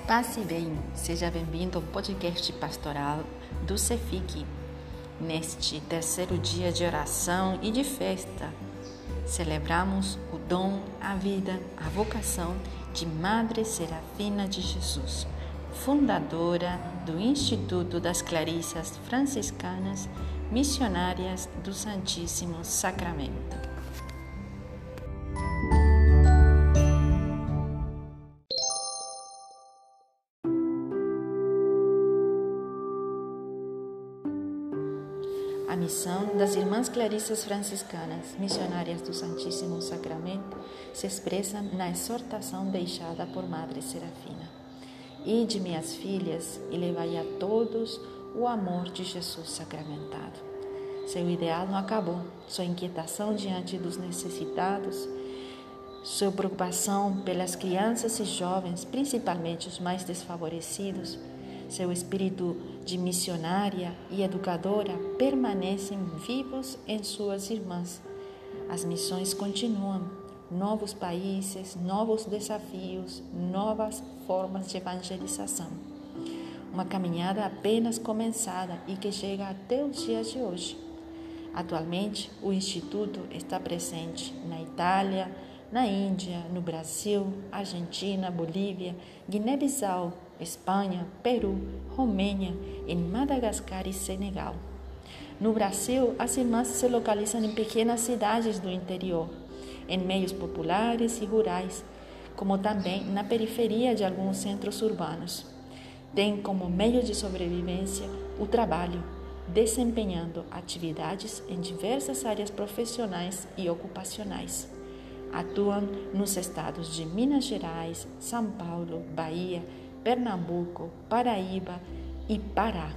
Paz e bem, seja bem-vindo ao podcast pastoral do CEFIC. Neste terceiro dia de oração e de festa, celebramos o dom, a vida, a vocação de Madre Serafina de Jesus, fundadora do Instituto das Clarissas Franciscanas, missionárias do Santíssimo Sacramento. A missão das Irmãs Clarissas Franciscanas, missionárias do Santíssimo Sacramento, se expressa na exortação deixada por Madre Serafina. Ide, minhas filhas, e levai a todos o amor de Jesus sacramentado. Seu ideal não acabou, sua inquietação diante dos necessitados, sua preocupação pelas crianças e jovens, principalmente os mais desfavorecidos, seu espírito de missionária e educadora permanecem vivos em suas irmãs. As missões continuam, novos países, novos desafios, novas formas de evangelização. Uma caminhada apenas começada e que chega até os dias de hoje. Atualmente, o Instituto está presente na Itália, na Índia, no Brasil, Argentina, Bolívia, Guiné-Bissau, Espanha, Peru, Romênia, em Madagascar e Senegal. No Brasil, as irmãs se localizam em pequenas cidades do interior, em meios populares e rurais, como também na periferia de alguns centros urbanos. Tem como meio de sobrevivência o trabalho, desempenhando atividades em diversas áreas profissionais e ocupacionais. Atuam nos estados de Minas Gerais, São Paulo, Bahia, Pernambuco, Paraíba e Pará.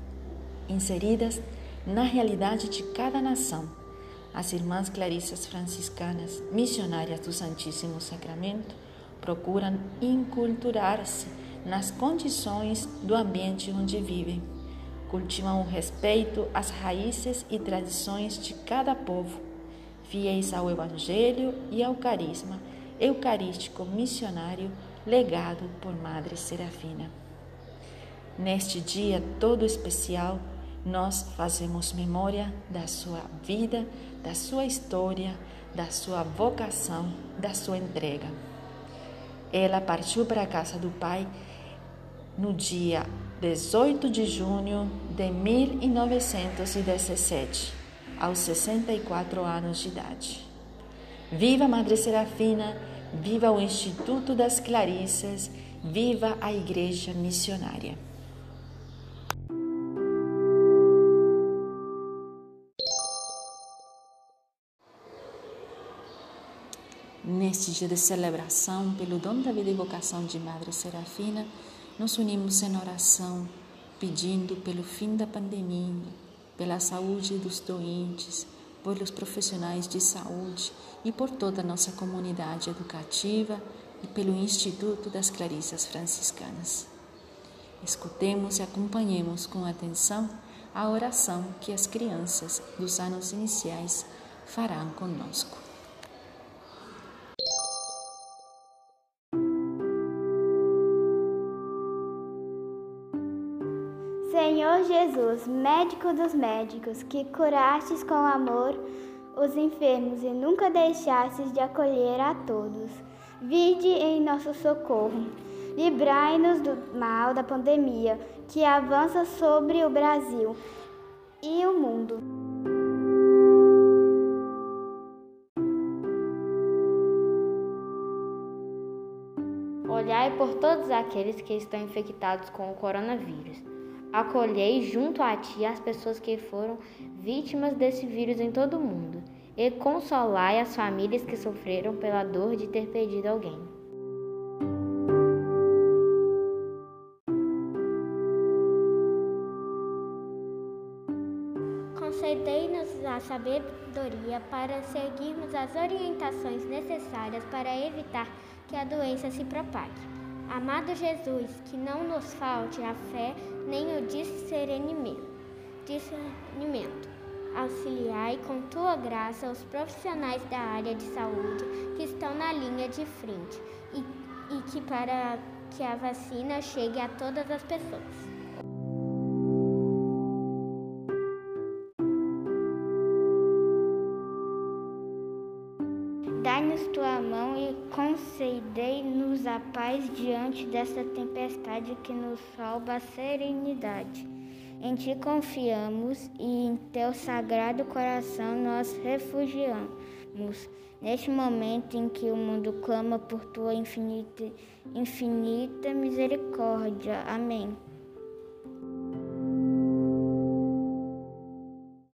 Inseridas na realidade de cada nação, as Irmãs Clarissas Franciscanas, missionárias do Santíssimo Sacramento, procuram inculturar-se nas condições do ambiente onde vivem. Cultivam o respeito às raízes e tradições de cada povo, fiéis ao Evangelho e ao carisma eucarístico missionário legado por Madre Serafina. Neste dia todo especial, nós fazemos memória da sua vida, da sua história, da sua vocação, da sua entrega. Ela partiu para a casa do Pai no dia 18 de junho de 1917, aos 64 anos de idade. Viva Madre Serafina! Viva o Instituto das Clarissas, viva a Igreja Missionária. Neste dia de celebração, pelo dom da vida e vocação de Madre Serafina, nos unimos em oração, pedindo pelo fim da pandemia, pela saúde dos doentes, pelos profissionais de saúde e por toda a nossa comunidade educativa e pelo Instituto das Clarissas Franciscanas. Escutemos e acompanhemos com atenção a oração que as crianças dos anos iniciais farão conosco. Senhor Jesus, médico dos médicos, que curastes com amor os enfermos e nunca deixastes de acolher a todos, vinde em nosso socorro. Livrai-nos do mal da pandemia, que avança sobre o Brasil e o mundo. Olhai por todos aqueles que estão infectados com o coronavírus. Acolhei junto a ti as pessoas que foram vítimas desse vírus em todo o mundo e consolai as famílias que sofreram pela dor de ter perdido alguém. Concedei-nos a sabedoria para seguirmos as orientações necessárias para evitar que a doença se propague. Amado Jesus, que não nos falte a fé nem o discernimento. Auxiliai com tua graça os profissionais da área de saúde que estão na linha de frente e que para que a vacina chegue a todas as pessoas. Dai-nos tua mão e concedei-nos a paz diante desta tempestade que nos rouba a serenidade. Em ti confiamos e em teu sagrado coração nós refugiamos. Neste momento em que o mundo clama por tua infinita misericórdia. Amém.